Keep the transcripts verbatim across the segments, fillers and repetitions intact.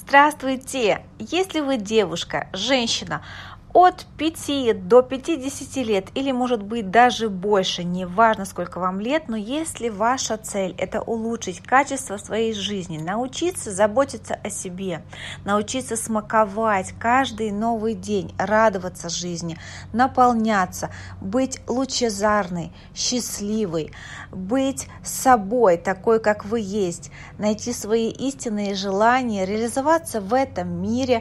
Здравствуйте! Если вы девушка, женщина от пяти до пятидесяти лет или может быть даже больше, неважно сколько вам лет, но если ваша цель – это улучшить качество своей жизни, научиться заботиться о себе, научиться смаковать каждый новый день, радоваться жизни, наполняться, быть лучезарной, счастливой, быть собой, такой, как вы есть, найти свои истинные желания, реализоваться в этом мире,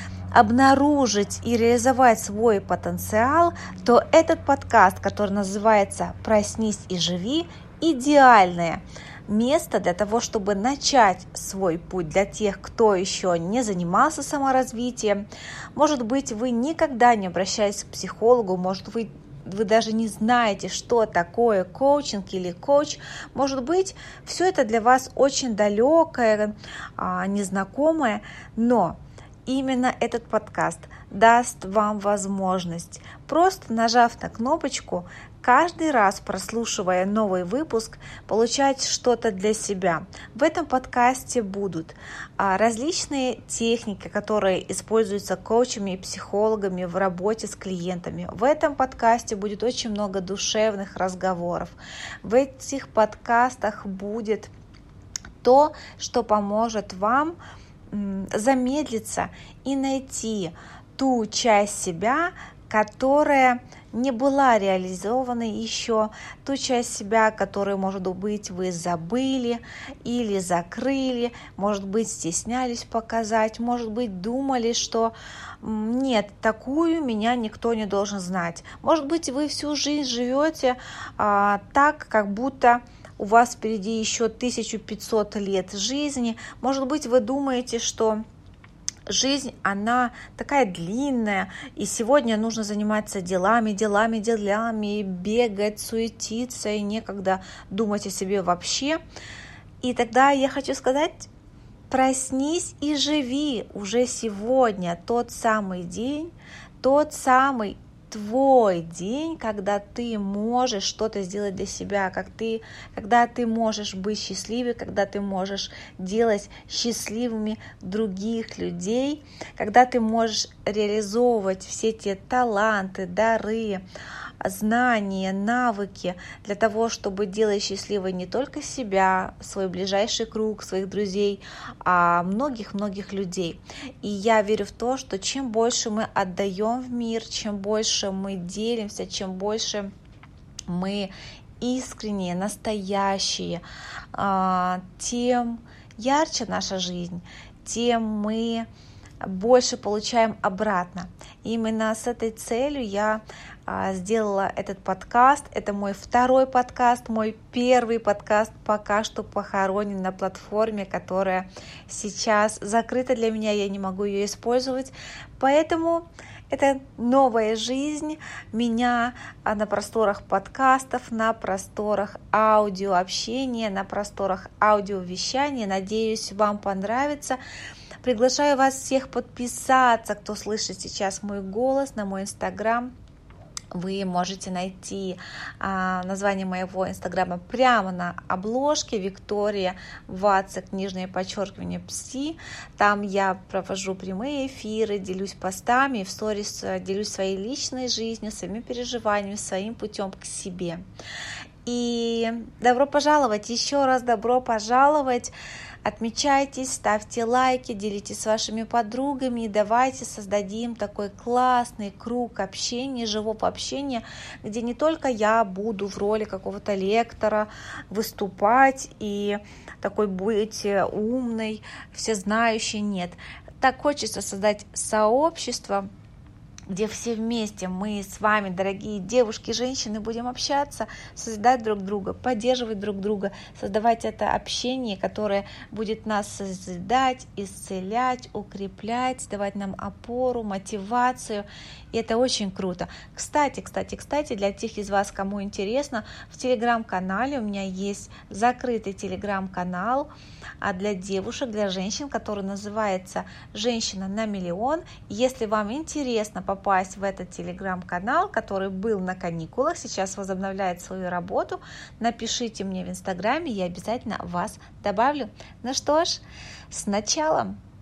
обнаружить и реализовать свой потенциал, то этот подкаст, который называется «Проснись и живи», идеальное место для того, чтобы начать свой путь для тех, кто еще не занимался саморазвитием. Может быть, вы никогда не обращались к психологу, может быть, вы даже не знаете, что такое коучинг или коуч. Может быть, все это для вас очень далекое, незнакомое, но именно этот подкаст даст вам возможность, просто нажав на кнопочку, каждый раз прослушивая новый выпуск, получать что-то для себя. В этом подкасте будут различные техники, которые используются коучами и психологами в работе с клиентами. В этом подкасте будет очень много душевных разговоров. В этих подкастах будет то, что поможет вам замедлиться и найти ту часть себя, которая не была реализована еще, ту часть себя, которую, может быть, вы забыли или закрыли, может быть, стеснялись показать, может быть, думали, что нет, такую меня никто не должен знать. Может быть, вы всю жизнь живете а, так, как будто у вас впереди еще тысяча пятьсот лет жизни. Может быть, вы думаете, что жизнь, она такая длинная, и сегодня нужно заниматься делами, делами, делами, бегать, суетиться, и некогда думать о себе вообще. И тогда я хочу сказать, проснись и живи уже сегодня, тот самый день, тот самый твой день, когда ты можешь что-то сделать для себя, как ты, когда ты можешь быть счастливой, когда ты можешь делать счастливыми других людей, когда ты можешь реализовывать все те таланты, дары, знания, навыки для того, чтобы делать счастливой не только себя, свой ближайший круг, своих друзей, а многих-многих людей. И я верю в то, что чем больше мы отдаем в мир, чем больше мы делимся, чем больше мы искренние, настоящие, тем ярче наша жизнь, тем мы больше получаем обратно. Именно с этой целью я сделала этот подкаст. Это мой второй подкаст, мой первый подкаст пока что похоронен на платформе, которая сейчас закрыта для меня, я не могу ее использовать. Поэтому это новая жизнь меня на просторах подкастов, на просторах аудиообщения, на просторах аудиовещания. Надеюсь, вам понравится. Приглашаю вас всех подписаться, кто слышит сейчас мой голос, на мой инстаграм. Вы можете найти а, название моего инстаграма прямо на обложке: Виктория Вацик, нижнее подчеркивание, пси. Там я провожу прямые эфиры, делюсь постами, в сторис делюсь своей личной жизнью, своими переживаниями, своим путем к себе. И добро пожаловать, еще раз добро пожаловать. Отмечайтесь, ставьте лайки, делитесь с вашими подругами и давайте создадим такой классный круг общения, живого общения, где не только я буду в роли какого-то лектора выступать и такой быть умной, всезнающей, нет. Так хочется создать сообщество, где все вместе мы с вами, дорогие девушки, женщины, будем общаться, созидать друг друга, поддерживать друг друга, создавать это общение, которое будет нас созидать, исцелять, укреплять, давать нам опору, мотивацию. И это очень круто. Кстати, кстати, кстати, для тех из вас, кому интересно, в телеграм-канале у меня есть закрытый телеграм-канал а для девушек, для женщин, который называется «Женщина на миллион». Если вам интересно попасть в этот телеграм-канал, который был на каникулах, сейчас возобновляет свою работу, напишите мне в инстаграме, я обязательно вас добавлю. Ну что ж, с началом!